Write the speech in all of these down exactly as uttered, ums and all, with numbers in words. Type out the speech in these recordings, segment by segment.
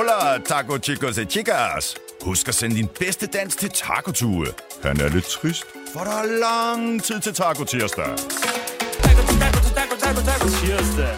Hola, taco chicos y chicas. Husk at sende din bedste dans til Taco Tue. Han er lidt trist, for der er lang tid til Taco Tirsdag. Taco, taco, taco, taco, taco Tirsdag.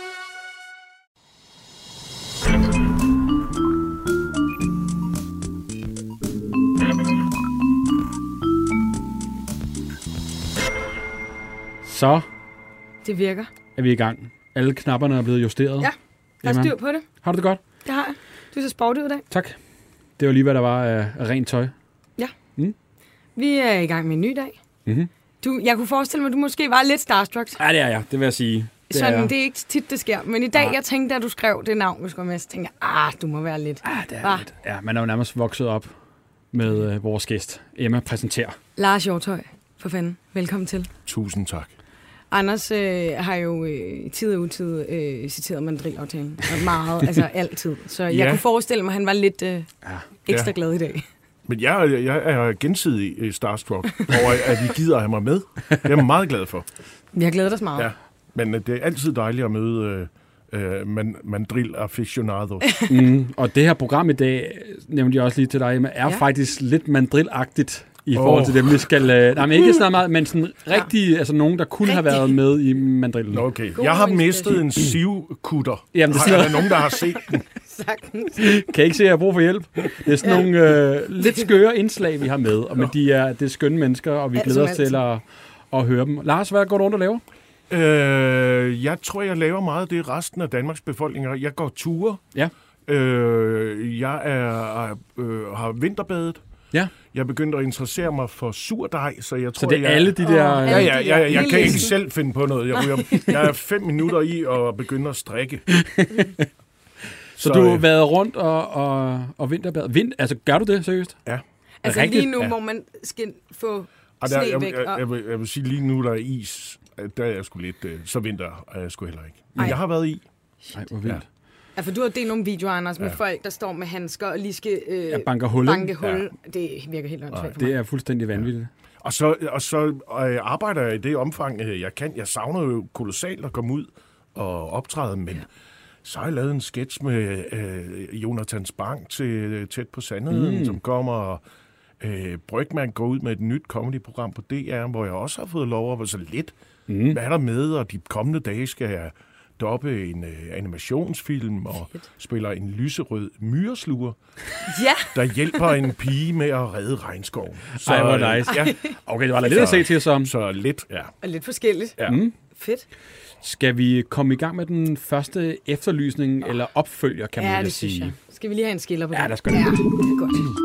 Så Det virker. er vi i gang. Alle knapperne er blevet justeret. Ja, der er styr på det. Har du det godt? Det har jeg. Du ser sporty ud i dag. Tak. Det var lige, hvad der var af, af rent tøj. Ja. Mm. Vi er i gang med en ny dag. Mm-hmm. Du, jeg kunne forestille mig, at du måske var lidt starstruck. Ja, det er jeg. Det vil jeg sige. Det Sådan, er det er ikke tit, det sker. Men i dag, jeg tænkte, da du skrev det navn, vi skulle med, så tænkte jeg, ah, du må være lidt. Ah, det er Hva? lidt. Ja, man er jo nærmest vokset op med øh, vores gæst. Emma præsenterer. Lars Hjortøj, for fanden. Velkommen til. Tusind tak. Anders øh, har jo øh, i tid og utid øh, citeret mandrilaftalen. Meget, altså altid. Så jeg Ja. kunne forestille mig, at han var lidt øh, Ja. ekstra Ja. glad i dag. Men jeg, jeg er gensidig starstruck over, at I gider have mig med. Det er jeg meget glad for. Vi har glædet os meget. Ja. Men øh, det er altid dejligt at møde øh, man, mandrill aficionado. Mm, og det her program i dag, nævnte jeg også lige til dig, Emma, er Ja. ja. faktisk lidt mandrilagtigt i forhold Oh. til dem, vi skal... Øh, nej, men ikke sådan meget, men sådan rigtig, altså nogen, der kunne have Rigtig. været med i mandrillen. Nå, okay. God Jeg har inspiration. mistet en sivkutter. Jamen, det er Har sådan er der nogen, der har set den? Sagtens. Kan I ikke se, at jeg har brug for hjælp? Det er sådan ja. nogle øh, lidt skøre indslag, vi har med, og men de er, det er skønne mennesker, og vi Alt glæder som os til at, at høre dem. Lars, hvad går du rundt og laver? Øh, jeg tror, jeg laver meget af det resten af Danmarks befolkning. Jeg går ture. Ja. Øh, jeg er, øh, har vinterbadet. Ja. Jeg er begyndt at interessere mig for surdej, så jeg tror, Så det er jeg... alle de der... Åh, Ja, alle ja, de ja, der- ja, jeg hele kan ikke listen. selv finde på noget. Jeg, ryger, jeg er fem minutter i at begynde at strikke. Så du har øh, været rundt og, og, og vinterbad. Vind, altså, gør du det seriøst? Ja. Altså Rigtigt? lige nu, Ja. hvor man skal få Og sne der, jeg, væk. jeg, og- jeg, vil, jeg vil sige, lige nu der er is. Der er jeg sgu lidt... øh, Så vinter er jeg sgu heller ikke. Men Ej. jeg har været i. Nej, hvor vildt. Ja. Ja, for du har delt nogle videoer, Anders, med Ja. folk, der står med handsker og lige skal øh, Jeg banker hul, ikke? banke hul. Det virker helt åndssvagt for mig. Det er fuldstændig vanvittigt. Og så, og så øh, arbejder jeg i det omfang, øh, jeg kan. Jeg savner jo kolossalt at komme ud og optræde, men ja. så har jeg lavet en sketch med øh, Jonathan Spang til øh, Tæt på Sandheden, mm. som kommer og øh, Brygman går ud med et nyt comedyprogram på D R, hvor jeg også har fået lov at være så lidt. Mm. Hvad er der med, og de kommende dage skal jeg doppe en øh, animationsfilm og Fedt. spiller en lyserød myresluger, Ja, der hjælper en pige med at redde regnskoven. Så, Ej, hvor øh, nice. Ja, Okay, det var da lidt at se til som. så lidt, ja. og lidt forskelligt. ja. Mm. Fedt. Skal vi komme i gang med den første efterlysning, eller opfølger, kan man Ja, vel det sige? synes jeg. Skal vi lige have en skiller på Ja, det? lad os gøre det. Ja, det er godt.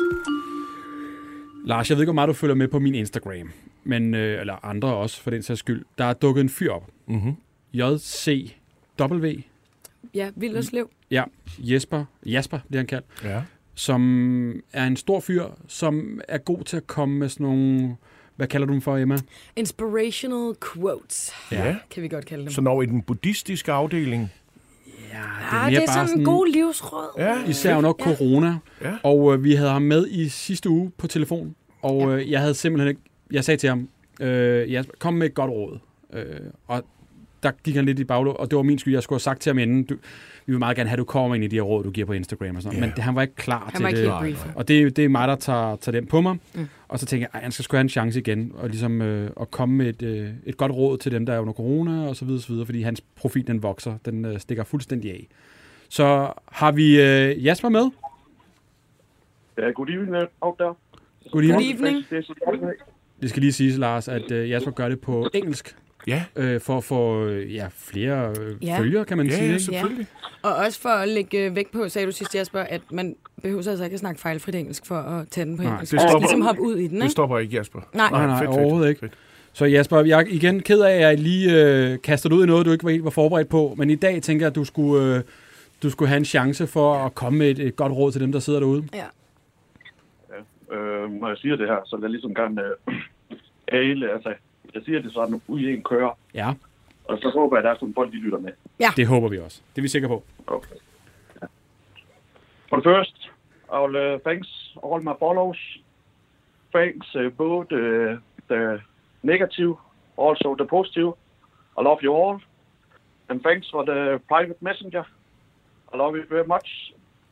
Lars, jeg ved ikke, hvor meget du følger med på min Instagram, men, øh, eller andre også, for den sags skyld. Der er dukket en fyr op. Mm-hmm. J C W. Ja, Vilderslev. Ja, Jesper. Jasper bliver han kaldt. Ja. Som er en stor fyr, som er god til at komme med sådan nogle... Hvad kalder du dem for, Emma? Inspirational quotes, Ja. kan vi godt kalde dem. Så når i den buddhistiske afdeling. Ja, Ah, det er sådan en god livsråd. Ja. Især under Ja. corona. Ja. Og øh, vi havde ham med i sidste uge på telefon. Og Ja. øh, jeg havde simpelthen ikke... Jeg sagde til ham, øh, Jasper, kom med et godt råd. Øh, og der gik han lidt i baglåg, og det var min skyld. Jeg skulle have sagt til ham inden, du, vi vil meget gerne have, at du kommer ind i de her råd, du giver på Instagram og sådan Ja. Men det, han var ikke klar Han til var ikke det. helt briefet. Og det, det er mig, der tager, tager den på mig. Mm. Og så tænker jeg, at han skal sgu have en chance igen, og ligesom øh, at komme med et, øh, et godt råd til dem, der er under corona, og så videre, så videre, fordi hans profil, den vokser, den øh, stikker fuldstændig af. Så har vi øh, Jasper med. Uh, good evening out there. Good evening. Good evening. Det skal lige siges, Lars, at øh, Jasper gør det på engelsk, Ja, øh, for at få øh, ja, flere øh, Ja. følgere, kan man ja, sige. ja Ikke? selvfølgelig. Og også for at lægge vægt på, sagde du sidst, Jasper, at man behøver altså ikke at snakke fejlfrit engelsk for at tage den på Nej, engelsk. det Man skal stopper- ligesom hoppe ud i den, Det ikke? stopper ikke, Jasper. Nej. Nej, nej, fedt, fedt, overhovedet ikke. fedt. Så Jasper, jeg er igen ked af, at jeg lige øh, kaster dig ud i noget, du ikke var helt var forberedt på, men i dag tænker jeg, at du skulle, øh, du skulle have en chance for at komme med et, et godt råd til dem, der sidder derude. Ja. Uh, når jeg siger det her, så er det ligesom gerne uh, alle, altså, jeg siger det sådan, ude i en kører, Ja, og så håber jeg, at der er sådan folk, de lytter med. det håber vi også. Det er vi sikre på. Okay. Ja. For det første, I will uh, thanks all my follows. Thanks uh, both uh, the negative, also the positive. I love you all. And thanks for the private messenger. I love you very much.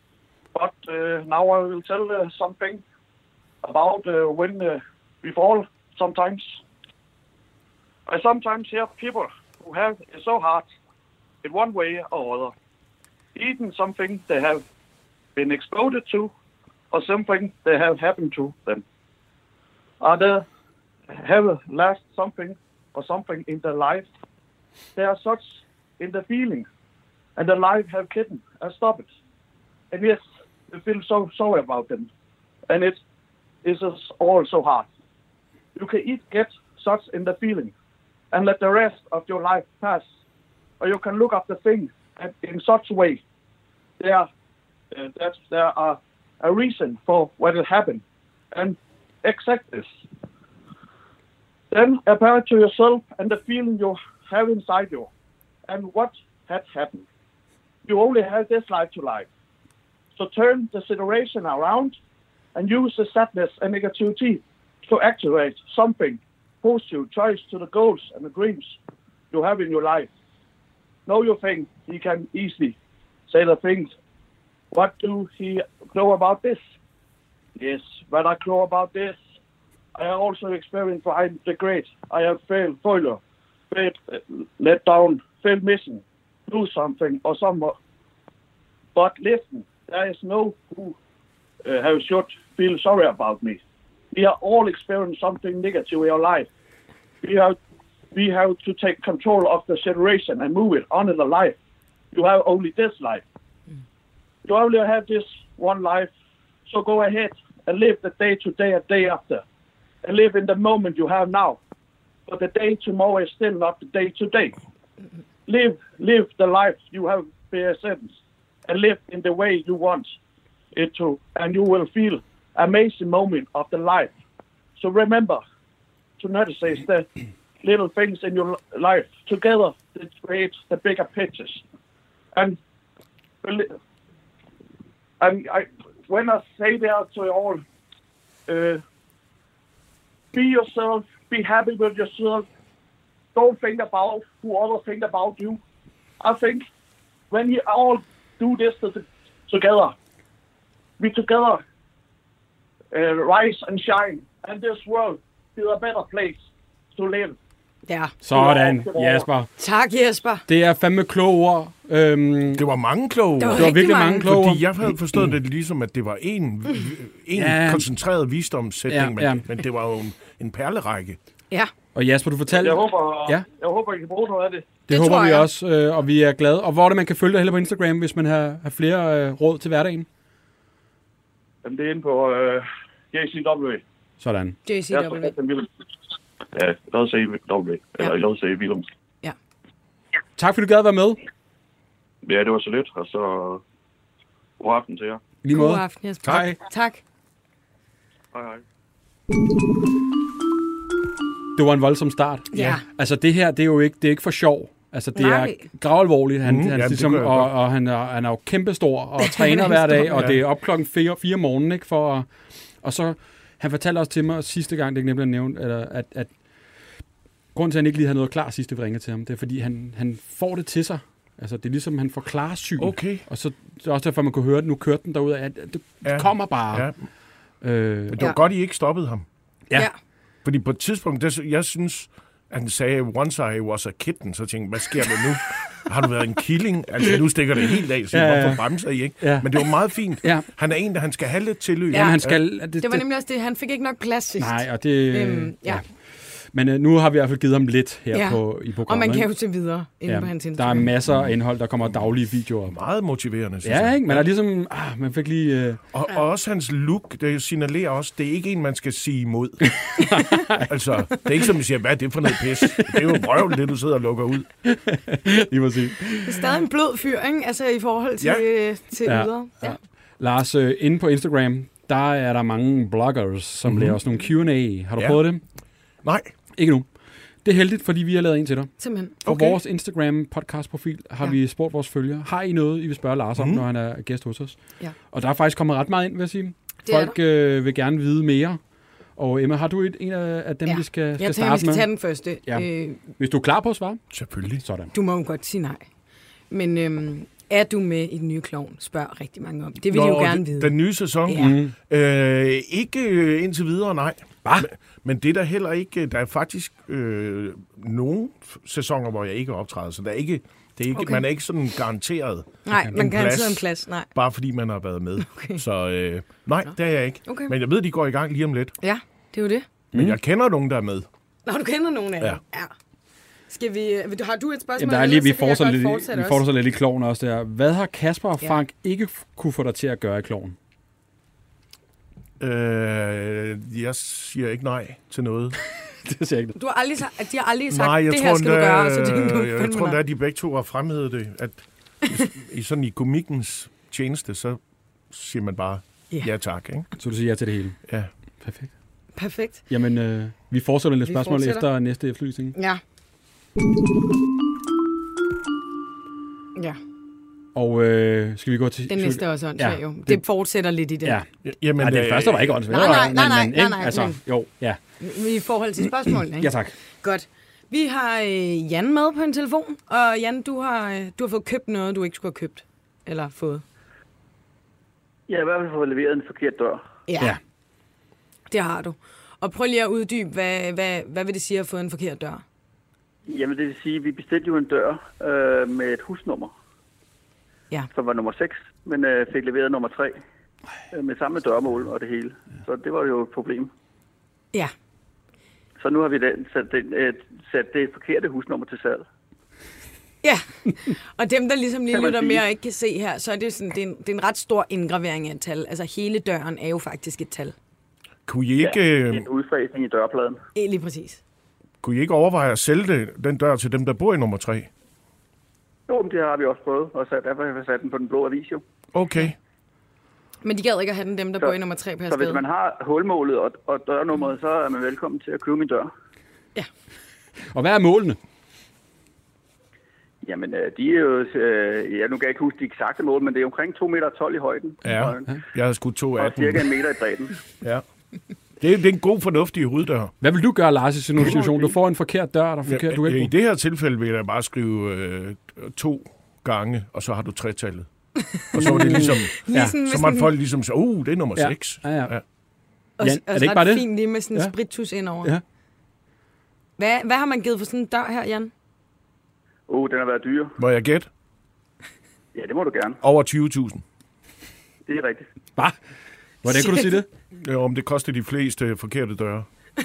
but uh, now I will tell uh, something about uh, when uh, we fall sometimes. I sometimes hear people who have it so hard in one way or other, eating something they have been exposed to or something they have happened to them. Or they have lost something or something in their life. They are such in the feeling, and the life have kitten and stop it. And yes, you feel so sorry about them, and it is all so hard. You can eat get such in the feeling, and let the rest of your life pass, or you can look up the thing and in such a way there uh, that there are a reason for what will happen, and accept this. Then compare to yourself and the feeling you have inside you, and what had happened. You only have this life to live. So turn the situation around and use the sadness and negativity to activate something positive, choice to the goals and the dreams you have in your life. Know your thing. He can easily say the things. What do he know about this? Yes, but I know about this. I have also experienced behind the great. I have failed, failure, failed, let down, failed mission, do something or someone. But listen, there is no who uh, have should feel sorry about me. We are all experiencing something negative in our life. We have we have to take control of the situation and move it on in the life. You have only this life. You only have this one life. So go ahead and live the day to day and day after. And live in the moment you have now. But the day tomorrow is still not the day today. Live live the life you have present. And live in the way you want it to. And you will feel amazing moment of the life. So remember to notice the little things in your life together that create the bigger pictures. And and I, when I say that to you all, uh, be yourself, be happy with yourself. Don't think about who others think about you. I think when you all do this together, we together uh, rise and shine, and this world is a better place to live. Ja. Sådan, Jasper. Tak, Jesper. Det er fandme kloge ord. Øhm, Det var mange kloge Det var, ord. det var virkelig mange mange. kloge ord. Fordi jeg havde forstået det ligesom, at det var en, en Ja. koncentreret visdomssætning, Ja, ja. men, men det var jo en, en perlerække. Ja. Og Jasper, du fortalte... Jeg håber, Ja. jeg håber, I kan bruge noget af det. Det, Det håber tror vi jeg. også, øh, og vi er glade. Og hvor er det, man kan følge dig heller på Instagram, hvis man har, har flere øh, råd til hverdagen? Jamen, det er inde på uh, J C W. Sådan. J C W. Ja, J C W. Eller J C Willums. Ja. Tak fordi du gad at være med. Ja, det var så lidt, og så god aften til jer. I lige God måde. aften, Jesper. Hej. Tak. Hej, hej. Det var en voldsom start. Ja. Altså det her, det er jo ikke, det er ikke for sjov. Altså det Nej. er gravalvorligt. Han, Mm, han, ja, det ligesom, gør jeg og, godt. og han, er, han er jo kæmpestor og træner hver dag, og Ja. det er op klokken fire, fire om morgenen, ikke? For, at- og så, han fortalte også til mig sidste gang, det glemte jeg at nævne, eller, at, at grunden til, at han ikke lige havde noget klar sidste, vi ringede til ham, det er, fordi han, han får det til sig. Altså, det er ligesom, han får klarsyn. Okay. Og så det er også derfor, man kunne høre det. Nu kørte den derud af, at det Ja. kommer bare. Ja, Øh, men det var Ja. godt, I ikke stoppede ham. Ja. Ja. Fordi på et tidspunkt, der, jeg synes, at han sagde, once I was a kitten, så tænkte jeg, hvad sker der nu? Har du været en killing? Altså, nu stikker det helt af, så Ja, ja. hvorfor bremser I ikke? Ja. Men det var meget fint. Ja. Han er en, der han skal have lidt tilløb. Jamen, han skal... Det, Det var nemlig også det. Han fik ikke nok plads sidst. Nej, og det... Øhm, ja. Men øh, nu har vi i hvert fald givet ham lidt her Ja. på, i Og programmet. man kan ikke? jo se videre inde ja. på hans Der er Instagram. masser af indhold, der kommer daglige videoer op. Meget motiverende, synes Ja, jeg. ikke? Man er ligesom... Ah, man fik lige... Øh, Og, og også hans look, det signalerer også, det er ikke en, man skal sige imod. Altså, det er ikke som, man siger, hvad er det for noget pis? Det er jo brøvl, det du sidder og lukker ud. lige præcis. Det er stadig en blød fyr, ikke? Altså i forhold til, Ja. ja. til Ja. ydre. Ja. Lars, øh, inde på Instagram, der er der mange bloggers, som mm-hmm. laver sådan nogle Q and A. Har du Ja. prøvet det? Nej, Ikke nu. Det er heldigt, fordi vi har lavet en til dig. Simpelthen. På Okay. vores Instagram-podcast-profil har Ja. vi spurgt vores følgere, har I noget, I vil spørge Lars om, Mhm. når han er gæst hos os? Ja. Og der er faktisk kommet ret meget ind, vil jeg sige. Det er Folk øh, vil gerne vide mere. Og Emma, har du et, en af af dem, Ja. vi skal, Jeg skal tænker, vi starte skal med? tage den første. Ja. Øh, Hvis du er klar på at svare? selvfølgelig. Sådan. du må jo godt sige nej. Men øhm, Er du med i den nye Klovn? Spørger rigtig mange om. Det vil de jo gerne vide. Den nye sæson? Ja. Øh, ikke indtil videre, nej. Hva? Men, men det er der heller ikke. Der er faktisk øh, nogle sæsoner, hvor jeg ikke er optrædet, så der er ikke, det er ikke, Okay. man er ikke sådan garanteret Nej, en man kan plads, altid have en plads. Nej. bare fordi man har været med. Okay. Så øh, nej, det er jeg ikke. Okay. Men jeg ved, de går i gang lige om lidt. Ja, det er jo det. Men jeg kender nogen, der er med. Nå, du kender nogen af Ja. dem. Ja. Skal vi, har du et spørgsmål? Jamen, der er lige, vi ellers, så kan jeg fortsætter godt lidt, fortsætte vi også. fortsætter lidt i Klovn også der. Hvad har Kasper og Ja. Frank ikke f- kunne få dig til at gøre i Klovn? Øh, jeg siger ikke nej til noget. Det siger jeg ikke. Du har aldrig sagt, at de har aldrig sagt, nej, jeg det tror, her skal du endda- gøre, og så tænker du, jeg fandme tror, nej. at de begge to har fremhævet det, at i, i sådan i komikkens tjeneste, så siger man bare Ja. ja, ja tak, ikke? Så du siger ja til det hele. Ja. Perfekt. Perfekt. Jamen, øh, vi fortsætter lidt Vi spørgsmål fortsætter. efter næste efterlysning. Ja. Ja, Og øh, skal vi gå til... den næste er også åndssvag Ja, jo. det- Det fortsætter lidt i det. Ja. Jamen, Nej, det øh, første var ikke åndssvagt. Nej, nej, Men- nej, nej, men, nej, ikke? nej, Altså, men- jo, ja. I forhold til spørgsmålene, ikke? Ja, tak. Godt. Vi har øh, Jan med på en telefon, og Jan, du har, øh, du har fået købt noget, du ikke skulle have købt. Eller fået. Jeg har i hvert fald fået leveret en forkert dør. Ja, Ja. ja. Det har du. Og prøv lige at uddybe, hvad, hvad, hvad vil det sige at få en forkert dør? Jamen, det vil sige, at vi bestilte jo en dør øh, med et husnummer, Ja. som var nummer seks, men øh, fik leveret nummer tre øh, med samme dørmål og det hele. Så det var jo et problem. Ja. Så nu har vi den, sat, den, øh, sat det forkerte husnummer til salg. Ja, og dem, der ligesom lige Kan man lytter sige. med og ikke kan se her, så er det, sådan, det, er en, det er en ret stor indgravering af et tal. Altså hele døren er jo faktisk et tal. kunne, I ikke, Ja, øh, en udfræsning i dørpladen. Eh, Lige præcis. kunne I ikke overveje at sælge det, den dør til dem, der bor i nummer tre? Jo, men det har vi også prøvet, og så derfor har vi sat den på den blå avis jo. Okay. Men de gad ikke at have den, dem, der Så- bor i nummer tre på Så hvis Herstede. man har hulmålet og, og dørnummeret, så er man velkommen til at købe min dør. Og hvad er målene? Jamen, øh, de er jo, øh, ja, nu kan jeg ikke huske de eksakte mål, men det er omkring to meter tolv i højden. Ja, Og, jeg har sgu to og atten. cirka en meter i bredden. Ja. Det er, det er en god, fornuftig hoveddør. Hvad vil du gøre, Lars, i sådan en situation? Du får en forkert dør, der er forkert, du Ja, ikke I det her tilfælde vil jeg bare skrive øh, to gange, og så har du tretallet. Og så var det ligesom, Lige sådan med så man sådan- folk ligesom så, uh, det er nummer Ja. seks. Ja, ja. Og, Jan, og er det ret ikke bare det? fint lige med sådan en Ja. sprittus indover. Ja. Hvad, hvad har man givet for sådan en dør her, Jan? Uh, den har været dyr. Må jeg gætte? Ja, det må du gerne. Over tyve tusind. Det er rigtigt. Hvad? Hvordan kan du sige det? Jo, om det koster de fleste forkerte døre. Det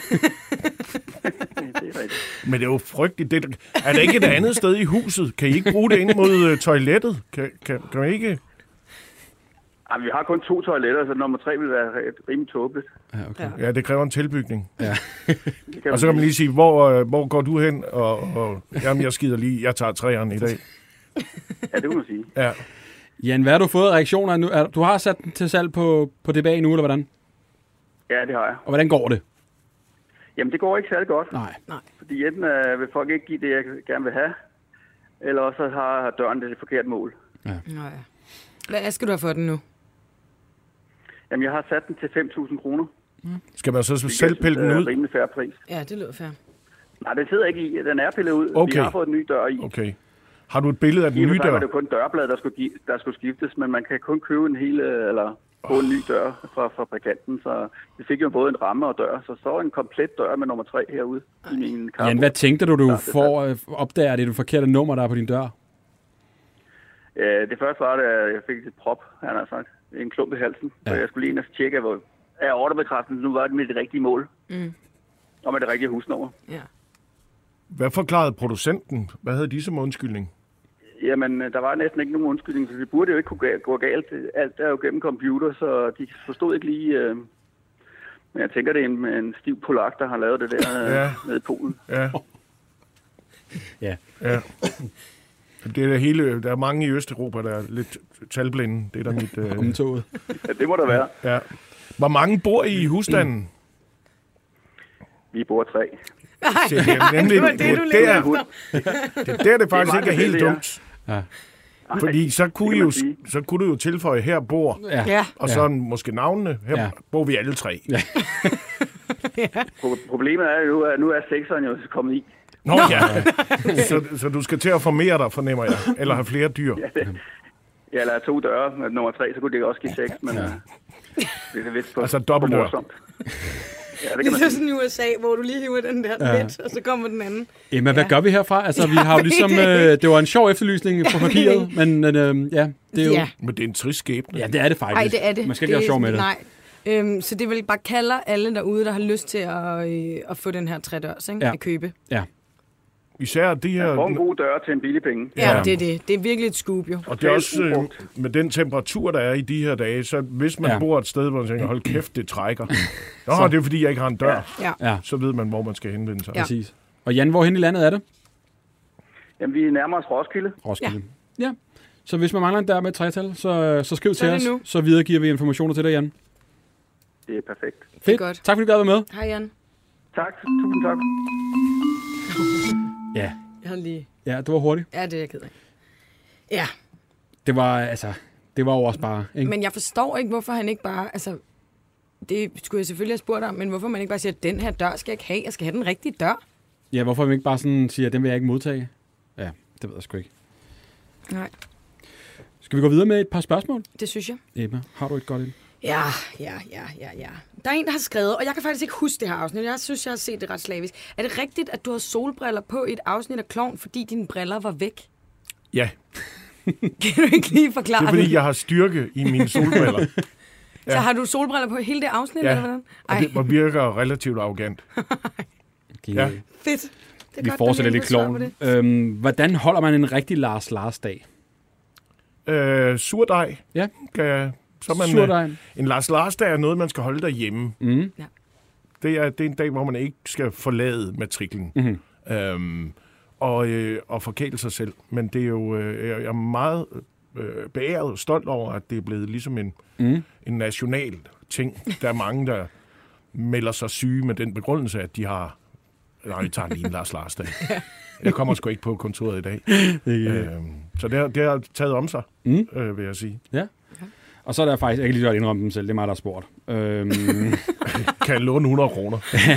er rigtigt. Men det er jo frygteligt. Det, er der ikke et andet sted i huset? Kan I ikke bruge det ind mod uh, toilettet? Kan, kan, kan man ikke? Jamen, vi har kun to toiletter, så nummer tre vil være rimelig tåbeligt. Ja, okay. Ja. Ja, det kræver en tilbygning. Det kan Og så kan man lige sige, hvor, øh, hvor går du hen? Og, og jamen, jeg skider lige. Jeg tager træerne i dag. Ja, det må man sige. Ja. Jan, hvad har du fået af reaktioner nu? Er- Du har sat den til salg på, på D B A nu, eller hvordan? Ja, det har jeg. Og hvordan går det? Jamen, det går ikke særlig godt. Nej. Fordi enten øh, vil folk ikke give det, jeg gerne vil have, eller også har døren det forkerte mål. Nå ja. Hvad skal du have for den nu? Jamen, jeg har sat den til fem tusind kroner. Skal man så hvilket selv jeg synes pille den er ud? rimelig fair pris. Ja, det lyder fair. Nej, den sidder ikke i. Den er pillet ud. Okay. Vi har fået en ny dør i. Okay. Har du et billede af den I og for nye sig var dør? det jo kun dørblad, der skulle, give, der skulle skiftes, men man kan kun købe en hel, øh, eller få en ny dør fra fabrikanten. Så vi fik jo både en ramme og dør, så så var en komplet dør med nummer tre herude i min carport. Jan, hvad tænkte du, du Ja, det får øh, opdager, det er det forkerte nummer, der er på din dør? Øh, det første var, at jeg fik et prop, han har sagt. En klump i halsen. Ja. Så jeg skulle lige ind og tjekke, hvor er ordrebekræften nu var det med det rigtige mål. Mm. Og med det rigtige husnummer. Ja. Hvad forklarede producenten? Hvad havde de som undskyldning? Jamen, der var næsten ikke nogen undskyldning, så det burde jo ikke kunne gå galt. Alt er jo gennem computer, så de forstod ikke lige... Øh... Men jeg tænker, det er en, en stiv polak, der har lavet det der øh, Ja. nede i Polen. Ja. Ja. Ja. Det er det hele, der er mange i Østeuropa, der er lidt talblinde. Det er der mit... Øh, Om toget. Ja, det må der være. ja. Hvor mange bor I i husstanden? Vi bor tre. Det er nemlig, det var det, det, du det, ledte er, efter. det er der, det faktisk meget ikke er helt tilfældigt, ja. dumt. Ja. Fordi så kunne, det I kan jo, man sige. så kunne du jo tilføje, her bor, Ja. Ja. og så måske navnene. Her Ja. bor vi alle tre. Ja. Pro- Problemet er jo, at nu er sekseren jo kommet i. Nå ja. så, så du skal til at formere dig, fornemmer jeg. Eller have flere dyr. Ja, det, Ja, eller to døre. Med nummer tre, så kunne det også give seks, men ja. det er vist på, altså dobbelt dør. Ja, det kan kan man det er sådan i U S A, hvor du lige hiver den der ja. lidt, og så kommer den anden. Emma, hvad ja. gør vi herfra? Altså, vi har jo ligesom... øh, det var en sjov efterlysning på papiret, men øh, ja, det er jo... Ja. Men det er en trist skæbne. Ja, det er det faktisk. Nej, det er det. Man skal ikke være sjov med det. Nej. Øhm, så det vil bare kalde alle derude, der har lyst til at, øh, at få den her tredørs, ikke? Ja. At købe. Ja. Især det her... Ja, få en god dør til en billig penge. Ja, ja, det er det. Det er virkelig et scoop, jo. Og det er også øh, med den temperatur, der er i de her dage, så hvis man ja. bor et sted, hvor man tænker, hold kæft, det trækker. Nå, så. det er fordi, jeg ikke har en dør. Ja. Ja. Så ved man, hvor man skal henvende sig. Ja. Præcis. Og Jan, hvorhen i landet er det? Jamen, vi er nærmere os Roskilde. Roskilde. Ja. ja. Så hvis man mangler en dør med et tretal, så, så skriv så til os, nu. Så videregiver vi informationer til dig, Jan. Det er perfekt. Fedt. Det er godt. Tak fordi du gad være med. Hej, Jan. Tak. Tusind tak. Ja. Jeg har lige... Ja, det var hurtigt. Ja, det er jeg ked af. Ja. Det var, altså, det var jo også bare... Ikke? Men jeg forstår ikke, hvorfor han ikke bare... Altså, det skulle jeg selvfølgelig have spurgt om, men hvorfor man ikke bare siger, den her dør skal jeg ikke have, jeg skal have den rigtige dør. Ja, hvorfor man ikke bare sådan siger, den vil jeg ikke modtage? Ja, det ved jeg sgu ikke. Nej. Skal vi gå videre med et par spørgsmål? Det synes jeg. Emma, har du et godt ind? Ja, ja, ja, ja, ja. Der er en, der har skrevet, og jeg kan faktisk ikke huske det her afsnit. Jeg synes, jeg har set det ret slavisk. Er det rigtigt, at du havde solbriller på i et afsnit af Klovn, fordi dine briller var væk? Ja. Kan du ikke lige forklare det? Det er, fordi jeg har styrke i mine solbriller. Ja. Så har du solbriller på hele det afsnit, ja. eller hvordan? Ej. Og det virker relativt arrogant. Okay. Ja. Fedt. Det er vi godt, fortsætter lidt Klovn. Øhm, hvordan holder man en rigtig Lars Lars-dag? Øh, surdej. Ja. Kan, så man, Surdej. Øh, en Lars Lars-dag er noget, man skal holde derhjemme. Mm. Ja. Det, er, det er en dag, hvor man ikke skal forlade matriklen. Mm-hmm. Øhm, og, øh, og forkæle sig selv. Men det er jo... Øh, jeg er meget øh, beæret og stolt over, at det er blevet ligesom en, mm. en national ting. Der er mange, der melder sig syge med den begrundelse, at de har... Nej, jeg tager lige en Lars Lars-dag. Jeg kommer sgu ikke på kontoret i dag. øhm, så det har, det har taget om sig, mm. øh, vil jeg sige. Ja. Og så er der faktisk... Jeg kan lige godt indrømme dem selv. Det er mig, der har spurgt. Øhm... kan jeg låne hundrede kroner?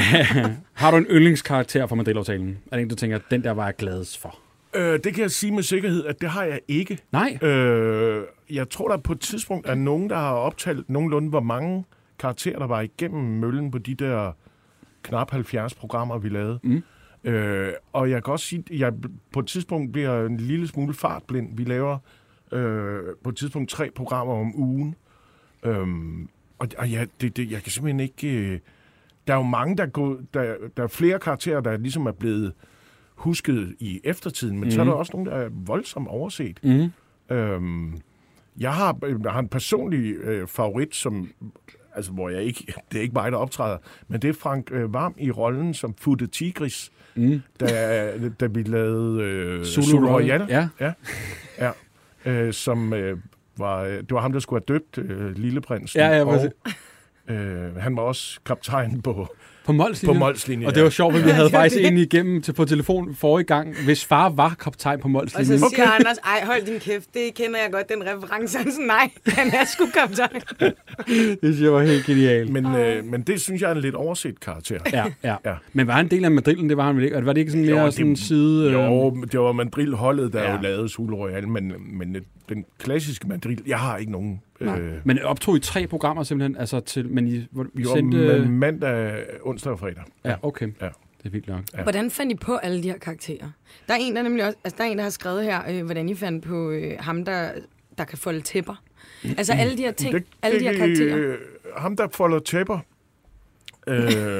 Har du en yndlingskarakter fra Madrid-aftalen? Er det en, du tænker, den der var jeg gladest for? Øh, det kan jeg sige med sikkerhed, at det har jeg ikke. Nej. Øh, jeg tror, der på et tidspunkt er nogen, der har optalt nogenlunde, hvor mange karakterer, der var igennem møllen på de der knap halvfjerds programmer, vi lavede. Mm. Øh, og jeg kan også sige, at jeg på et tidspunkt bliver en lille smule fartblind. Vi laver øh, på et tidspunkt tre programmer om ugen. Øhm, og og ja, det, det, jeg kan simpelthen ikke... Øh, der er jo mange, der går... Der, der er flere karakterer, der ligesom er blevet husket i eftertiden, men mm. så er der også nogle, der er voldsomt overset. Mm. Øhm, jeg, har, jeg har en personlig øh, favorit, som... Altså, hvor jeg ikke... Det er ikke mig, der optræder, men det er Frank øh, Varm i rollen som Futte Tigris, mm. da, da vi lavede øh, Zulu, Zulu Royal. Ja. Ja, ja. Øh, som øh, var... Det var ham, der skulle have døbt øh, Lilleprinsen. Ja, ja, og, øh, han var også kaptajn på... På Molslinjen. På Molslinjen, og det var sjovt, at vi havde faktisk en igennem til, på telefon forrige gang, hvis far var kaptajn på Molslinjen. Og så siger okay. Anders, ej, hold din kæft, det kender jeg godt, den reference. Han sådan, nej, han er sgu kaptajn. Det synes jeg var helt genialt. Men, øh, men det synes jeg er en lidt overset karakter. Ja, ja. ja. Men var han en del af Madrillen? Det var han vel ikke? Var det ikke sådan mere jo, det, sådan side... Jo, det var Madrid-holdet, der ja. jo lavede Zulu Royal, men, men den klassiske Madrid, jeg har ikke nogen... Øh... Men optog I tre programmer simpelthen? Altså til, men I, hvor, I jo, sendte... mandag, onsdag og fredag. Ja, okay. Ja. Det er vildt nok. Ja. Hvordan fandt I på alle de her karakterer? Der er en, der nemlig også, altså der er en, der har skrevet her, øh, hvordan I fandt på øh, ham, der, der kan folde tæpper. Altså alle de her ting, det, alle de her karakterer. Øh, ham, der folder tæpper. øh,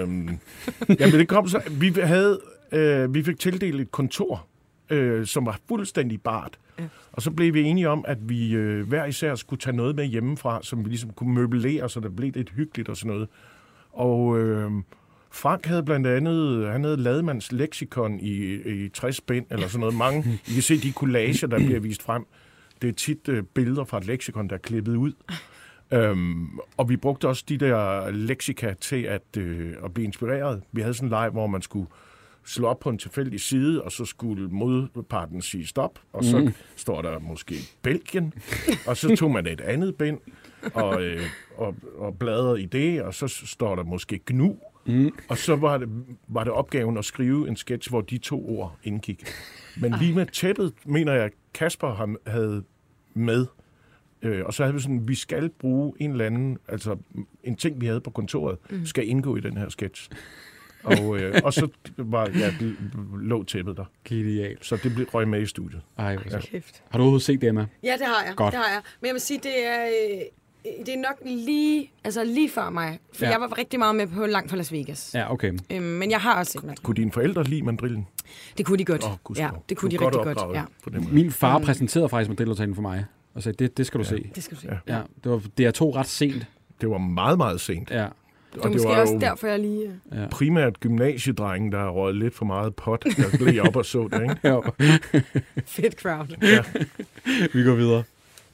jamen, det kom så... Vi, havde, øh, vi fik tildelt et kontor, øh, som var fuldstændig bart. Ja. Og så blev vi enige om, at vi øh, hver især skulle tage noget med hjemmefra, som vi ligesom kunne møblere, så det blev lidt hyggeligt og sådan noget. Og øh, Frank havde blandt andet, han havde Lademands leksikon i, i tres bind, eller sådan noget. Mange, I kan se de collager, der bliver vist frem. Det er tit øh, billeder fra et leksikon, der er klippet ud. Øhm, og vi brugte også de der leksika til at, øh, at blive inspireret. Vi havde sådan en leg, hvor man skulle slå op på en tilfældig side, og så skulle modparten sige stop, og så mm. står der måske Belgien, og så tog man et andet bind, og, øh, og, og bladrede i det, og så står der måske gnu, mm. og så var det, var det opgaven at skrive en sketch, hvor de to ord indgik. Men lige med tæppet, mener jeg, Kasper havde med, Øh, og så havde vi sådan, vi skal bruge en eller anden, altså en ting, vi havde på kontoret, mm. skal indgå i den her sketch. Og, øh, og så var, ja, det lå tæppet der. Genialt. Så det blev røg med i studiet. Ej, Ja. Kæft. har du overhovedet set det, Emma? Ja, det har jeg. Godt. Det har jeg. Men jeg vil sige, det er, øh, det er nok lige, altså lige før mig. For Ja. jeg var rigtig meget med på Langt fra Las Vegas. Ja, okay. Øhm, men jeg har også set mandrillen. Kunne dine forældre lide mandrillen? Det kunne de godt. Åh, Ja, gudskelov. det kunne de Du er rigtig godt godt. Ja. opdraget på den måde. Min far præsenterede faktisk mandrillotalen for mig. Og sagde, det, det skal du se. Det skal du se. Ja. Ja, det var D R to ret sent. Det var meget, meget sent. Ja. Det er måske også derfor, jeg lige... Ja. primært gymnasiedrengen, der har røget lidt for meget pot, der blev op og så det, ikke? Jo. Fedt crowd. Ja. Vi går videre.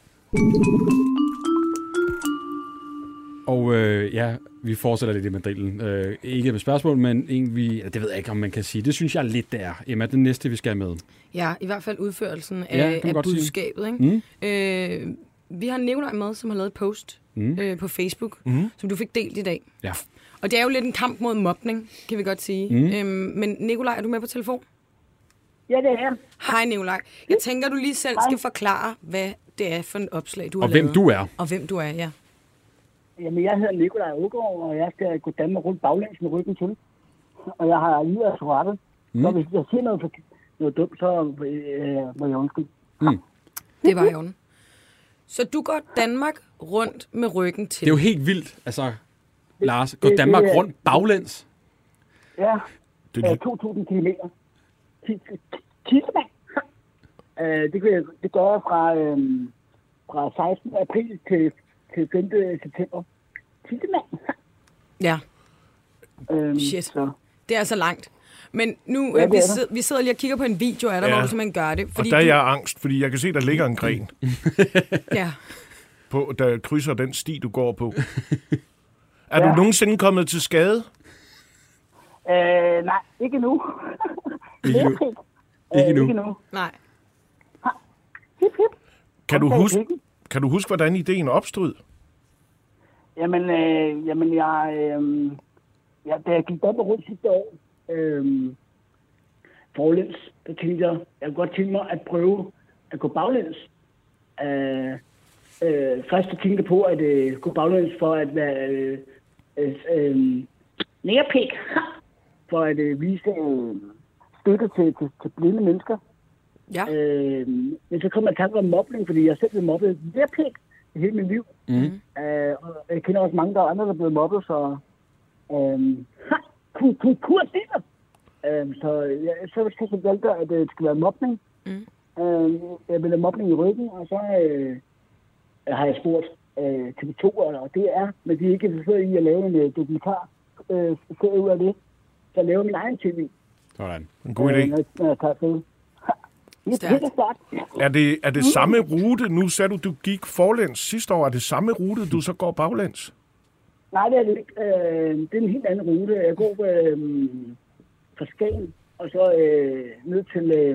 Og øh, ja, vi fortsætter lidt i mandrillen. Øh, ikke med spørgsmål, men en vi... Det ved jeg ikke, om man kan sige. Det synes jeg lidt, det er. Emma, den næste, vi skal have med. Ja, i hvert fald udførelsen Ja, af, kan man af godt sige. budskabet. Ikke? Mm. Øh, vi har Nikolaj med, som har lavet et post Mm. øh, på Facebook, Mm. som du fik delt i dag. Ja. Og det er jo lidt en kamp mod mobning, kan vi godt sige. Mm. Øhm, men Nikolaj, er du med på telefon? Ja, det er jeg. Hej Nikolaj. Jeg tænker, du lige selv skal forklare, hvad det er for en opslag, du Og har hvem lavet. du er. Og hvem du er, ja. Jamen, jeg hedder Nikolaj Ågaard, og jeg skal gå Danmark rundt baglæns med ryggen til. Og jeg har lige af Tourette. Mm. Så hvis jeg siger noget, for, noget dumt, så øh, må jeg undskylde. Det var jo. Så du går Danmark rundt med ryggen til. Det er jo helt vildt. Altså, Lars, går det- Danmark det er- rundt baglæns? Ja, Det, øh, to tusind kilometer. Kildemand. Øh, det, kan jeg, det gør jeg fra, øh, fra sekstende april til, til femte september. Kildemand. Ja, Øh, Shit. Så. det er så langt. Men nu, Ja, ja, det vi, er sidder, vi sidder lige og kigger på en video af dig, Ja. ja. hvor du simpelthen gør det. og Fordi der er du, jeg angst, fordi jeg kan se, der ligger en gren, ja. på, der krydser den sti, du går på. Er Ja. du nogensinde kommet til skade? Øh, nej, ikke nu. Ikke nu. Ikke Øh, nu. Ikke nu. Nej. Hip, hip. Kan du, Undtagen huske, pikken. kan du huske, hvordan ideen opstod? Jamen, øh, jamen jeg, øh, ja, da jeg gik op og rundt sidste år, øh, forlæns, der tænkte jeg, jeg kunne godt tænke mig at prøve at gå baglæns. Øh, øh, først så tænkte jeg på at øh, gå baglæns for at være øh, øh, øh, nærpæk, for at øh, vise øh, støtte til, til, til blinde mennesker. Ja. Øh, men så kom jeg i tanke om mobning, fordi jeg selv blev mobbet nærpæk i hele mit liv. Mm. Øh, og jeg kender også mange, der er andre, der er blevet mobbet, så... Øhm, ha! Kur, kur, kur, øhm, så jeg så, så, så valgte jeg, at det skal være mobning. Mm. Øhm, jeg vil have mobning i ryggen, og så øh, har jeg spurgt øh, T V to, og det er, men de er ikke interesseret i at lave en øh, dokumentar øh, serie ud af det. Så jeg laver min egen tv. Sådan. En god Øh, idé. når, når jeg tager afsted. Ha! Det er Stærkt. helt start. Er det, er det samme rute? Nu sagde du, du gik forlæns sidste år. Er det samme rute, du så går baglæns? Nej, det er det ikke. Øh, det er en helt anden rute. Jeg går øh, fra Skagen, og så øh, ned til... Øh,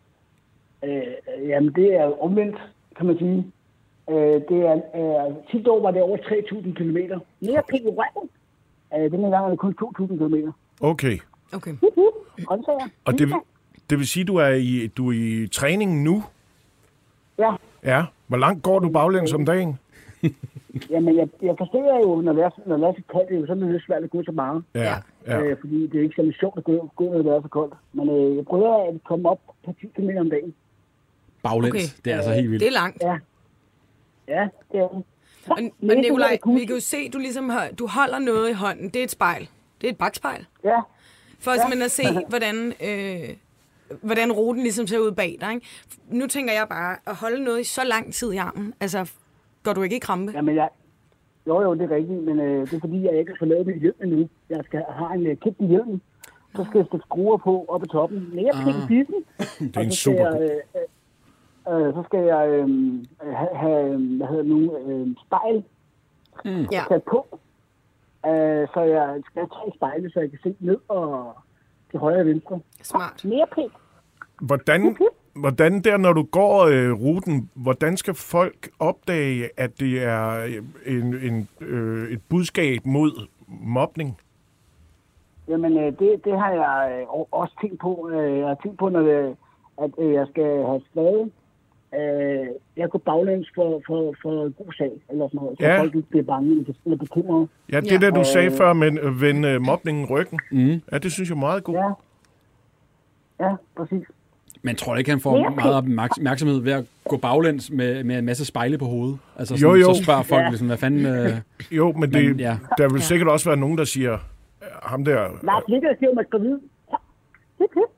øh, jamen, det er omvendt, kan man sige. Øh, det er, øh, sidste år var det over tre tusind kilometer. Mere penge i røven. Øh, denne gang er det kun to tusind kilometer. Okay. Okay. Hup, hup. Håndtager. Og det, det vil sige, du er i, du er i træning nu? Ja, Ja. Hvor langt går du baglæns om dagen? jamen, jeg, jeg forstår jo, når det er, når det er så koldt, det er jo sådan lidt svært at gå så meget. Ja. ja. Øh, fordi det er ikke så sjovt at gå, gå, når det er så koldt. Men øh, jeg prøver at komme op på ti kilometer om dagen. Baglæns. Okay. Det er altså helt vildt. Det er langt. Ja. Ja, det er det. Og, og Nikolaj, vi kan jo se, du ligesom har, du holder noget i hånden. Det er et spejl. Det er et bagspejl. Ja, For ja. simpelthen at se, hvordan, øh, hvordan ruten ligesom ser ud bag dig. Ikke? Nu tænker jeg bare, at holde noget i så lang tid i armen. Altså, går du ikke i krampe? jamen jeg... Jo, jo, det er rigtigt, men øh, det er fordi, jeg ikke har fået lavet min hjelm endnu. Jeg skal have en øh, kæmpe hjelm. Så skal jeg sætte skruer på oppe i toppen. Men jeg pikker bissen. Det er en så skal super jeg, øh, øh, så skal jeg øh, have, have, hvad hedder det nu, øh, spejl Ja. sat på. Øh, så jeg skal have tre spejle, så jeg kan se ned og til højre og venstre. Smart. Mere pæk. Hvordan, hvordan der, når du går øh, ruten, hvordan skal folk opdage, at det er en, en, øh, et budskab mod mobning? Jamen, øh, det, det har jeg øh, også tænkt på. Øh, Jeg har tænkt på, når det, at øh, jeg skal have skrevet øh, jeg går baglæns for, for, for god sag, eller sådan noget, så Ja. folk ikke bliver bange eller bekymrede. Ja, det Ja. der, du sagde Øh. før med at vende øh, mobningen ryggen, Mm. ja, det synes jeg er meget godt. Ja, ja, præcis. Men tror du ikke, han får Ja, okay. meget opmærks- opmærksomhed ved at gå baglæns med, med en masse spejle på hovedet? Altså Jo, sådan, jo. så spørger folk Ja. ligesom, hvad fanden... Øh, Jo, men, det, Men, ja. der vil sikkert også være nogen, der siger, øh, ham der... Lars Ligger siger, at man skal vide. Hip, hip.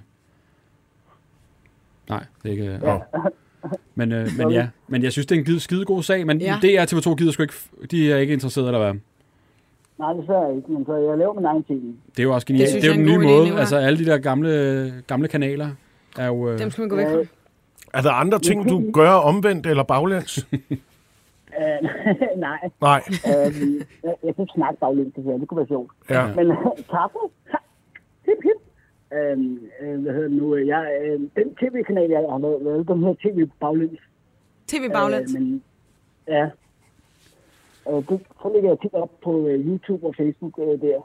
nej, det er ikke... Nå. Men, øh, men ja, men jeg synes, det er en skide, skide god sag, men Ja. D R T V to gider sgu ikke... De er ikke interesseret, eller hvad? Nej, det er ikke, men så jeg laver min egen ting. Det er jo også genialt. Det Det, synes det er jo jeg er den en nye god idé, måde. Nicolaj. Altså, alle de der gamle, gamle kanaler er jo... Øh, Dem skal man gå væk fra. Er der andre ting, du gør omvendt eller baglæns? Øh, nej, Nej. øh, jeg, jeg kan ikke snakke baglæns, det her. Det kunne være sjovt. Ja. Men kaffe, hip, hip. Øh, øh, hvad hedder det nu? Jeg, øh, den tv-kanal, jeg har lavet, lavet den her tv baglæns. T V baglæns. Øh, men, ja. Øh, det, så lægger jeg tit op på øh, YouTube og Facebook øh, der.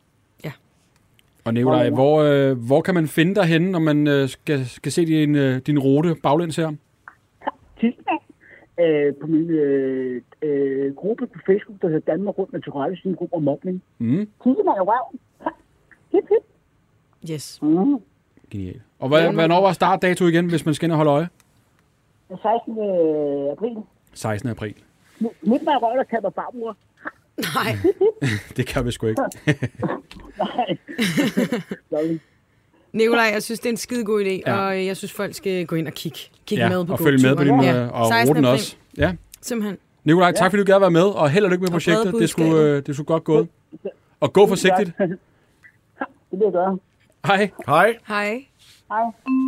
og Nicolaj, hvor, øh, hvor kan man finde dig henne, når man øh, skal, skal se din, øh, din rute baglæns her? Tidsmand. Øh, på min øh, øh, gruppe på Facebook, der hedder Danmark Rundt med Tourette, sin gruppe om mobning. Mm. Tidsmand er røven. Hip, hip. Yes. Mm. Genialt. Og hvad, hvornår var startdato igen, hvis man skal ind og holde øje? sekstende april. sekstende april. Midt med røven, der kan mig farmor. Nej. Det kan vi sgu ikke. Nej. Sorry. Nicolaj, jeg synes, det er en skide god idé, Ja. og jeg synes, folk skal gå ind og kigge, kigge Ja, med på og følge med på din gåturen. ja. og sekstende ruten april. også. Ja. Simpelthen. Nicolaj, tak fordi du gad at være med, og held og lykke med Og projektet. brede Det skulle, budskaber. øh, det skulle godt gået. Og gå forsigtigt. Det vil jeg gøre. Hej. Hej. Hej. Hej.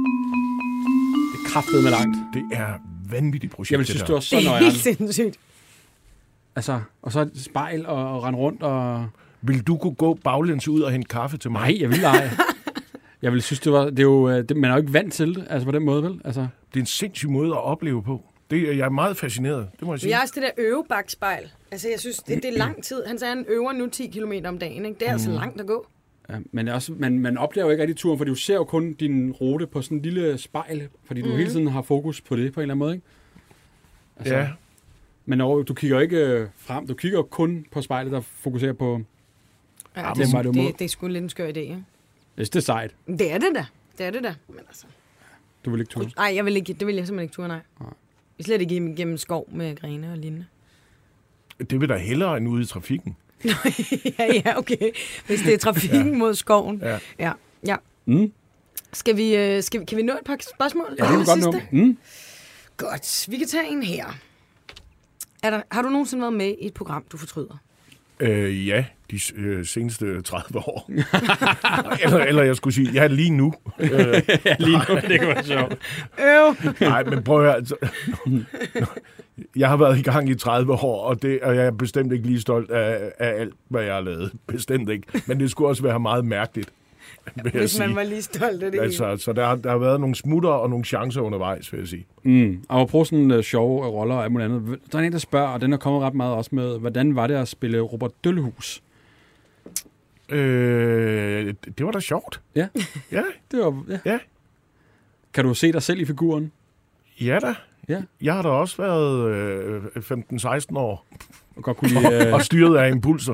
Det er kraftedeme langt. Det er vanvittigt projekt, Jeg vil synes, det det der. var så Det er nøjeren. helt sindssygt. Altså, og så et spejl og, og rende rundt og... Vil du kunne gå baglæns ud og hente kaffe til mig? Nej, jeg vil ej. Jeg vil synes, det var... Det er jo, øh, det, man er jo ikke vant til det, altså på den måde, vel? Altså, Det er en sindssyg måde at opleve på. Det er, jeg er meget fascineret, det må jeg Men sige. jeg er også det der øvebakspejl. Altså, jeg synes, det, det er lang tid. Han sagde, han øver nu ti kilometer om dagen, ikke? Det er altså langt at gå. ja, men også, man, man oplever jo ikke rigtig turen, for du ser jo kun din rute på sådan en lille spejl, fordi du Mhm. hele tiden har fokus på det på en eller anden måde, ikke? Altså, Ja, Men over, du kigger jo ikke øh, frem, du kigger jo kun på spejlet, der fokuserer på... Ja, Hvem det, var det det, imod? det, det er sgu lidt en skør idé, ikke? Hvis det er sejt, Det er det da. Det er det da. Men altså... du vil ikke ture. Nej, jeg vil ikke, det vil jeg simpelthen ikke ture, nej. Nej. Vi slet ikke gennem, gennem skov med grene og lignende. det vil da hellere end ude i trafikken. ja, ja, okay. Hvis det er trafikken ja. mod skoven. Ja. Ja, ja. Mm. Skal vi, øh, skal vi, kan vi nå et par spørgsmål? Ja, det er godt Sidste? nu. Mm. Godt. Vi kan tage en her. Er der, har du nogensinde været med i et program, du fortryder? Øh, ja, de øh, seneste tredive år. eller, eller jeg skulle sige, ja, lige nu. Øh, Ja, lige nu, det kunne være sjovt. Øv! nej, men prøv at høre, altså. Jeg har været i gang i tredive år, og, det, og jeg er bestemt ikke lige stolt af, af alt, hvad jeg har lavet. Bestemt ikke. Men det skulle også være meget mærkeligt, vil jeg Hvis man sige. var lige stolt af det hele. Altså, så der, har- der har været nogle smutter og nogle chancer undervejs, vil jeg sige. Mm. Og prøve sådan uh, sjove roller og alt muligt andet. Der er en, der spørger, og den er kommet ret meget også med, hvordan var det at spille Robert Døllehus? Øh, det var da sjovt. Ja, Ja, det var... Ja. ja. Kan du se dig selv i figuren? Ja da. Ja. Jeg har da også været øh, femten seksten år Og godt kunne lide... Uh... og styret af impulser.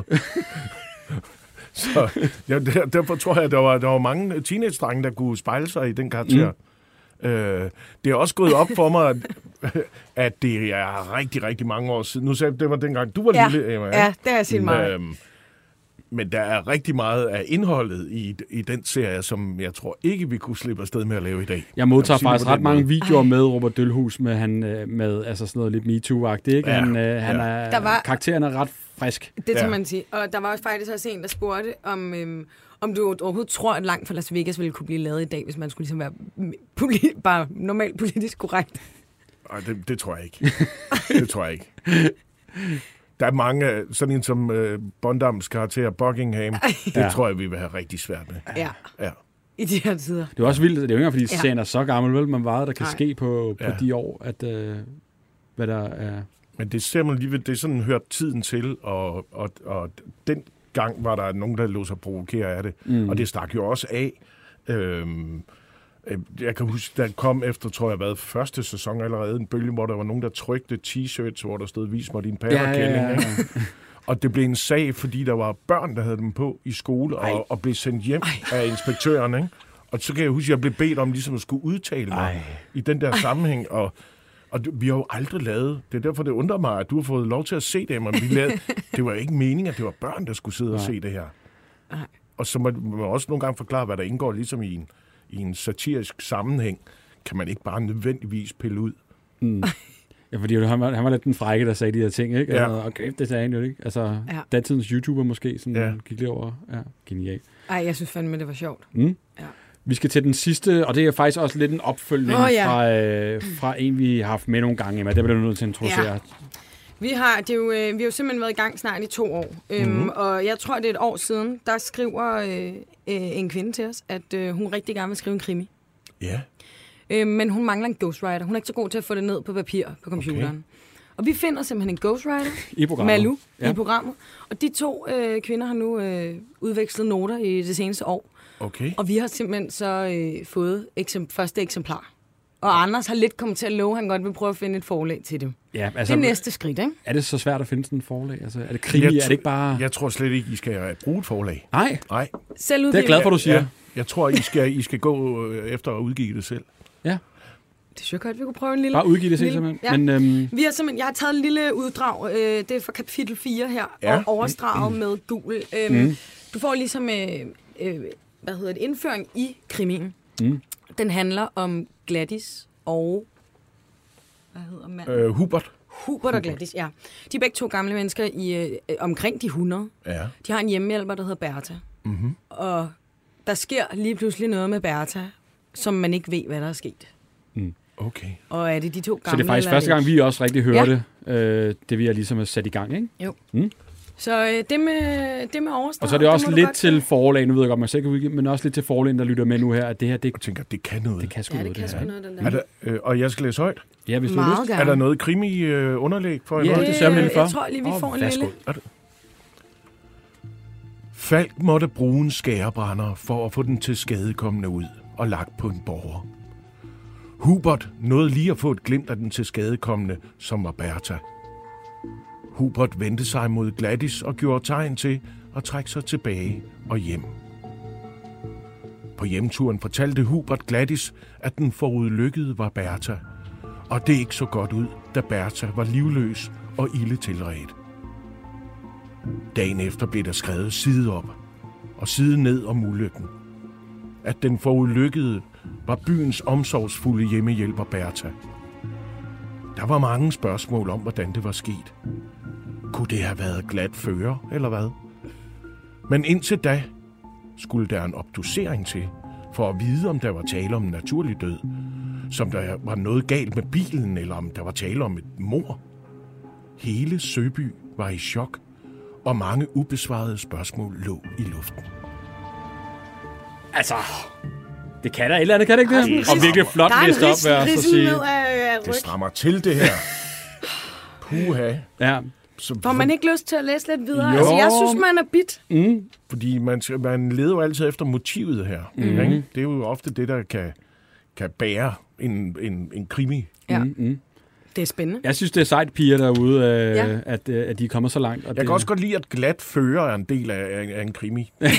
Så ja, der, derfor tror jeg, at der var, der var mange teenage-drenge, der kunne spejle sig i den karakter. Mm. Øh, det er også gået op for mig, at, at det er rigtig, rigtig mange år siden. Nu sagde jeg, det var dengang, du var Ja, lille, Emma. ja, det har jeg set meget. Øhm, men der er rigtig meget af indholdet i, i den serie, som jeg tror ikke, vi kunne slippe afsted med at lave i dag. Jeg modtager sige det faktisk på ret den mange måde. videoer med Robert Døllehus, med, han, øh, med altså sådan noget lidt MeToo-agtigt, ikke? Ja, Han, øh, han ja. er, Der var- karakteren er ret frisk. Det tager Ja. man sige. Og der var også faktisk også en, der spurgte, om, øhm, om du overhovedet tror, at Langt fra Las Vegas ville kunne blive lavet i dag, hvis man skulle ligesom være poli- bare normalt politisk korrekt. Nej, det, det tror jeg ikke. Det tror jeg ikke. Der er mange, sådan en som øh, Bondams karakter, Buckingham, det Ja. tror jeg, vi vil have rigtig svært med. Ja, Ja. i de her tider. Det er også vildt, det er jo ikke engang, fordi Ja. serien er så gammel, vel? Man meget, der kan Nej. ske på, på Ja. de år, at øh, hvad der er... Men det ser man alligevel, det er sådan hørt tiden til, og, og, og den gang var der nogen, der lå sig provokere af det. Mm. Og det stak jo også af. Øhm, Jeg kan huske, der kom efter, tror jeg, hvad, første sæson allerede, en bølge, hvor der var nogen, der trykte t-shirts, hvor der stod, vis mig din pærekælling. Ja, ja, ja. Og det blev en sag, fordi der var børn, der havde dem på i skole, og, og blev sendt hjem Ej. af inspektøren, ikke? Og så kan jeg huske, at jeg blev bedt om ligesom at skulle udtale mig Ej. i den der sammenhæng, og, og vi har jo aldrig lavet, det er derfor, det undrer mig, at du har fået lov til at se det, men vi lavede, det var ikke meningen, at det var børn, der skulle sidde og se det her. Ej. Og så må man også nogle gange forklare, hvad der indgår ligesom i en, i en satirisk sammenhæng, kan man ikke bare nødvendigvis pille ud. Mm. Ja, fordi han var, han var lidt den frække, der sagde de her ting, ikke? Ja. Okay, det sagde han jo ikke. Altså, ja. datidens YouTuber måske, sådan ja. gik lidt over. Ja, genialt. Ej, jeg synes fandme, det var sjovt. Mm. Ja. Vi skal til den sidste, og det er faktisk også lidt en opfølgning oh, ja. fra, øh, fra en, vi har haft med nogle gange. Men det bliver du nødt til at introducere. Ja. Vi har, det er jo, øh, vi har jo simpelthen været i gang snart i to år. Mm-hmm. Øhm, og jeg tror, det er et år siden, der skriver øh, øh, en kvinde til os, at øh, hun rigtig gerne vil skrive en krimi. Ja. Øh, men hun mangler en ghostwriter. Hun er ikke så god til at få det ned på papir på computeren. Okay. Og vi finder simpelthen en ghostwriter, I programmet. Malu, ja. i programmet. Og de to øh, kvinder har nu øh, udvekslet noter i det seneste år. Okay. Og vi har simpelthen så øh, fået eksem- første eksemplar. Og Anders har lidt kommet til at love, at han godt vil prøve at finde et forlag til dem. Ja, altså, det er næste skridt, ikke? Er det så svært at finde sådan et forlag? Altså, er det krimi? T- er det ikke bare... Jeg tror slet ikke, I skal bruge et forlag. Nej. Nej. Det er jeg glad for, du siger. Ja, jeg tror, I skal, I skal gå efter at udgive det selv. Ja. Det synes jeg godt, vi kunne prøve en lille... Bare udgive det selv, simpelthen. Ja. Men, øhm... vi har simpelthen... Jeg har taget en lille uddrag. Øh, det er fra kapitel fire her. Ja. Og overstraget mm. med gul. Øhm, mm. Du får ligesom... Øh, øh, hvad hedder det? Indføring i krimien. Mm. Den handler om Gladys og... Hvad hedder manden? Øh, Hubert. Hubert og Gladys, ja. De er begge to gamle mennesker i øh, omkring de hundrede. Ja. De har en hjemmehjælper, der hedder Bertha. Mm-hmm. Og der sker lige pludselig noget med Bertha, som man ikke ved, hvad der er sket. Mm. Okay. Og er det de to gamle? Så det er faktisk første gang, vi også rigtig hørte ja. øh, det, vi har ligesom sat i gang, ikke? Jo. Mm. Så øh, det med, det med overstået... Og så er det også det lidt til forlag, nu ved jeg godt, man selv kan udgive, men også lidt til forlag, der lytter med nu her, at det her, det... Jeg tænker, det kan noget. Det kan sgu ja, noget, det kan det her. Noget, den der. Er der, øh, og jeg skal læse højt? Ja, hvis du har lyst. Gerne. Er der noget krimi-underlæg øh, for? Ja, noget? det sørger man for. Jeg tror lige, vi oh, får en lille... Falk måtte bruge en skærebrænder for at få den til skadekommende ud og lagt på en borger. Hubert nåede lige at få et glimt af den til skadekommende, som var Bertha. Hubert vendte sig mod Gladys og gjorde tegn til at trække sig tilbage og hjem. På hjemturen fortalte Hubert Gladys, at den forudlykkede var Bertha, og det ikke så godt ud, da Bertha var livløs og ilde tilredt. Dagen efter blev der skrevet side op og side ned om ulykken. At den forudlykkede var byens omsorgsfulde hjemmehjælper Bertha. Der var mange spørgsmål om, hvordan det var sket. Kunne det have været glat fører, eller hvad? Men indtil da skulle der en obducering til, for at vide, om der var tale om en naturlig død, som der var noget galt med bilen, eller om der var tale om et mord. Hele Søby var i chok, og mange ubesvarede spørgsmål lå i luften. Altså, det kan der et eller andet, kan det ikke det? Og ris- virkelig flot læst op, vil jeg så sige. Det strammer til, det her. Puha. Ja. Så, får man ikke lyst til at læse lidt videre? Altså, jeg synes, man er bit. Mm. Fordi man, man leder jo altid efter motivet her. Mm. Ikke? Det er jo ofte det, der kan, kan bære en, en, en krimi. Ja. Mm. Det er spændende. Jeg synes, det er sejt piger derude, øh, ja. at, øh, at de er kommet så langt. Og jeg det... kan også godt lide, at glat fører er en del af, af, af en krimi. øh,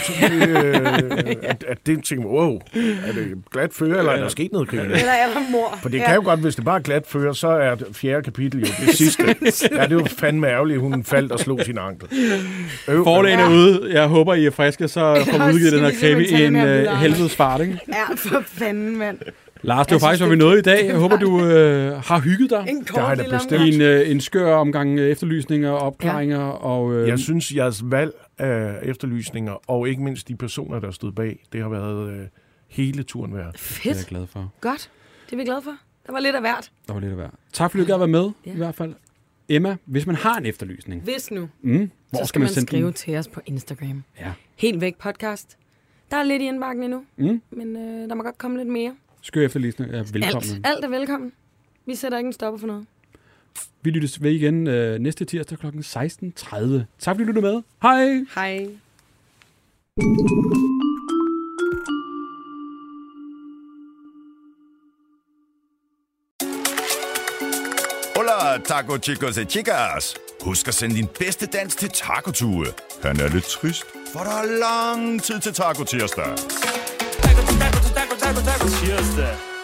at, at det tænker wow, er det glat fører, eller er der sket noget krimi? Eller er der mor? For det ja. kan jo godt, hvis det bare er glat fører, så er det fjerde kapitel jo det sidste. Ja, det er jo fandme ærgerligt, hun faldt og slog sin ankel. Øh, Forlægen er ude. Jeg håber, I er friske, så får vi udgivet den her krimi i en uh, helvedes fart, ikke? Ja, for fanden, mand. Lars, det var faktisk, hvad vi nåede i dag. Jeg håber, du øh, har hygget dig. En kort i en, øh, en skør omgang efterlysninger og opklaringer. Ja. Og, øh, jeg synes, jeres valg af efterlysninger, og ikke mindst de personer, der stod bag, det har været øh, hele turen værd. Fedt. Det er jeg glad for. Godt. Det er vi glade for. Der var lidt af hvert. Der var lidt af hvert. Tak fordi du gad være med, ja. i hvert fald. Emma, hvis man har en efterlysning. Hvis nu. Mm, hvor så skal, skal man, man skrive den? Til os på Instagram. Ja. Helt væk podcast. Der er lidt i indbakken endnu, mm. men øh, der må godt komme lidt mere. Skør efterlysning er velkommen. Alt, alt er velkommen. Vi sætter ikke en stopper for noget. Vi lyttes ved igen øh, næste tirsdag klokken seksten tredive. Tak fordi du lyttede med. Hej! Hej! taco chicos og chicas. Husk at sende din bedste dans til Taco Tue. Han er lidt trist, for der er lang tid til Taco Tirsdag. Taco, taco, taco, taco, taco, tirsdag.